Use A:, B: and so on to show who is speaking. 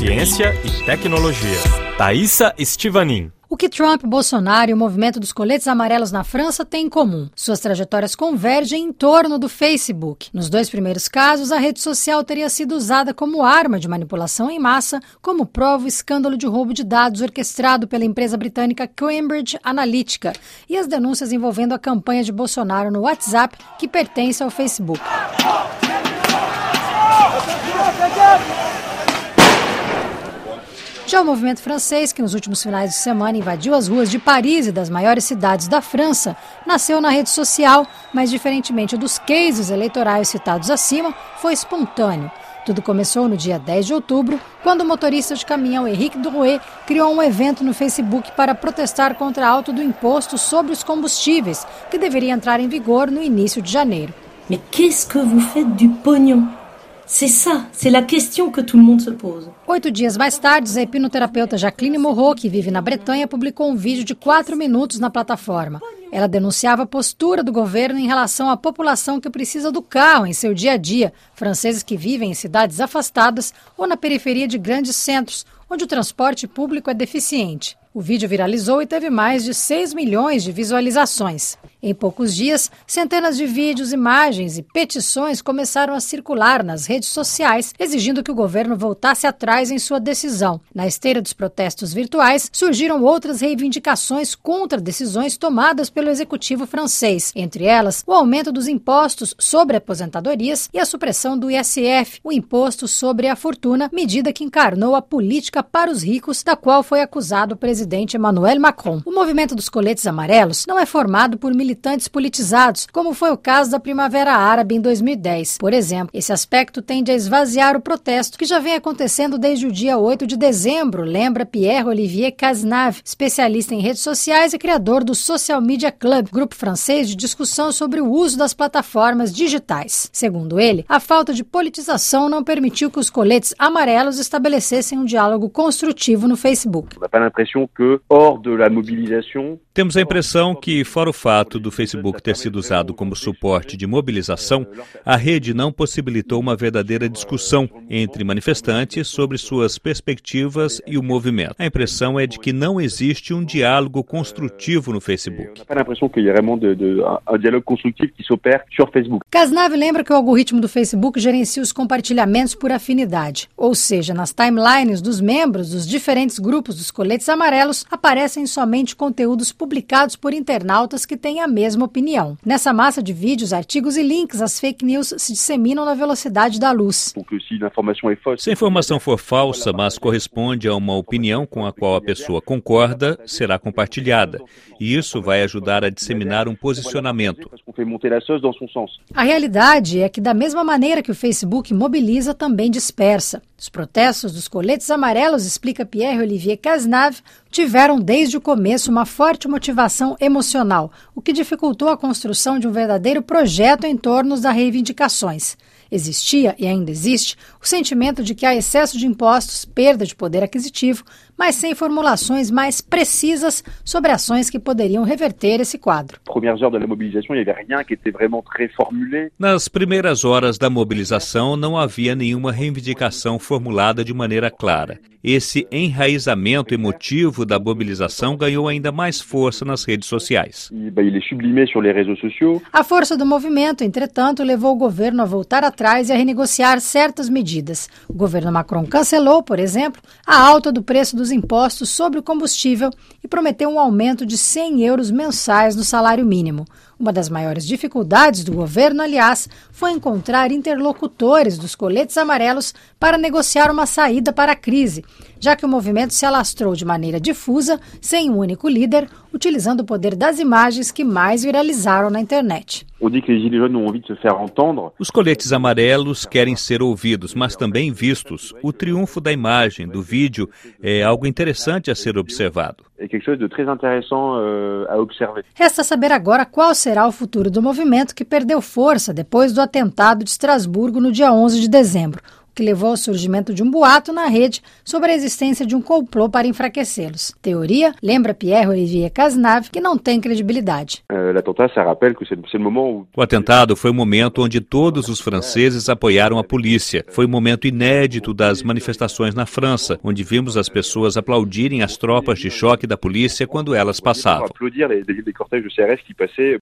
A: ciência e tecnologia. Thaisa Estivanin.
B: O que Trump, Bolsonaro e o movimento dos coletes amarelos na França têm em comum? Suas trajetórias convergem em torno do Facebook. Nos dois primeiros casos, a rede social teria sido usada como arma de manipulação em massa, como prova o escândalo de roubo de dados orquestrado pela empresa britânica Cambridge Analytica e as denúncias envolvendo a campanha de Bolsonaro no WhatsApp, que pertence ao Facebook. Já o movimento francês, que nos últimos finais de semana invadiu as ruas de Paris e das maiores cidades da França, nasceu na rede social, mas diferentemente dos cases eleitorais citados acima, foi espontâneo. Tudo começou no dia 10 de outubro, quando o motorista de caminhão Éric Drouet criou um evento no Facebook para protestar contra a alta do imposto sobre os combustíveis, que deveria entrar em vigor no início de janeiro.
C: Mais qu'est-ce que vous faites du pognon? C'est ça, c'est la question que tout le monde se pose.
B: 8 dias mais tarde, a hipnoterapeuta Jacqueline Moreau, que vive na Bretanha, publicou um vídeo de 4 minutos na plataforma. Ela denunciava a postura do governo em relação à população que precisa do carro em seu dia a dia, franceses que vivem em cidades afastadas ou na periferia de grandes centros, onde o transporte público é deficiente. O vídeo viralizou e teve mais de 6 milhões de visualizações. Em poucos dias, centenas de vídeos, imagens e petições começaram a circular nas redes sociais, exigindo que o governo voltasse atrás em sua decisão. Na esteira dos protestos virtuais, surgiram outras reivindicações contra decisões tomadas pelo executivo francês, entre elas o aumento dos impostos sobre aposentadorias e a supressão do ISF, o imposto sobre a fortuna, medida que encarnou a política para os ricos, da qual foi acusado o presidente Emmanuel Macron. O movimento dos coletes amarelos não é formado por militantes politizados, como foi o caso da Primavera Árabe em 2010. Por exemplo, esse aspecto tende a esvaziar o protesto, que já vem acontecendo desde o dia 8 de dezembro, lembra Pierre-Olivier Cazenave, especialista em redes sociais e criador do Social Media Club, grupo francês de discussão sobre o uso das plataformas digitais. Segundo ele, a falta de politização não permitiu que os coletes amarelos estabelecessem um diálogo construtivo no Facebook.
D: Temos a impressão que, fora o fato do Facebook ter sido usado como suporte de mobilização, a rede não possibilitou uma verdadeira discussão entre manifestantes sobre suas perspectivas e o movimento. A impressão é de que não existe um diálogo construtivo no Facebook.
B: Cazenave lembra que o algoritmo do Facebook gerencia os compartilhamentos por afinidade, ou seja, nas timelines dos membros dos diferentes grupos dos coletes amarelos aparecem somente conteúdos publicados por internautas que têm a mesma opinião. Nessa massa de vídeos, artigos e links, as fake news se disseminam na velocidade da luz.
D: Se a informação for falsa, mas corresponde a uma opinião com a qual a pessoa concorda, será compartilhada. E isso vai ajudar a disseminar um posicionamento.
B: A realidade é que, da mesma maneira que o Facebook mobiliza, também dispersa. Os protestos dos coletes amarelos, explica Pierre-Olivier Cazenave, tiveram desde o começo uma forte motivação emocional, o que dificultou a construção de um verdadeiro projeto em torno das reivindicações. Existia, e ainda existe, o sentimento de que há excesso de impostos, perda de poder aquisitivo, mas sem formulações mais precisas sobre ações que poderiam reverter esse quadro.
D: Nas primeiras horas da mobilização, não havia nenhuma reivindicação formulada de maneira clara. Esse enraizamento emotivo da mobilização ganhou ainda mais força nas redes sociais.
B: A força do movimento, entretanto, levou o governo a voltar atrás e a renegociar certas medidas. O governo Macron cancelou, por exemplo, a alta do preço dos impostos sobre o combustível e prometeu um aumento de 100 euros mensais no salário mínimo. Uma das maiores dificuldades do governo, aliás, foi encontrar interlocutores dos coletes amarelos para negociar uma saída para a crise, já que o movimento se alastrou de maneira difusa, sem um único líder, utilizando o poder das imagens que mais viralizaram na internet.
D: Os coletes amarelos querem ser ouvidos, mas também vistos. O triunfo da imagem, do vídeo, é algo interessante a ser observado.
B: Resta saber agora qual será o futuro do movimento, que perdeu força depois do atentado de Estrasburgo no dia 11 de dezembro. O que levou ao surgimento de um boato na rede sobre a existência de um complô para enfraquecê-los. Teoria, lembra Pierre-Olivier Cazenave, que não tem credibilidade.
D: O atentado foi o momento onde todos os franceses apoiaram a polícia. Foi um momento inédito das manifestações na França, onde vimos as pessoas aplaudirem as tropas de choque da polícia quando elas passavam.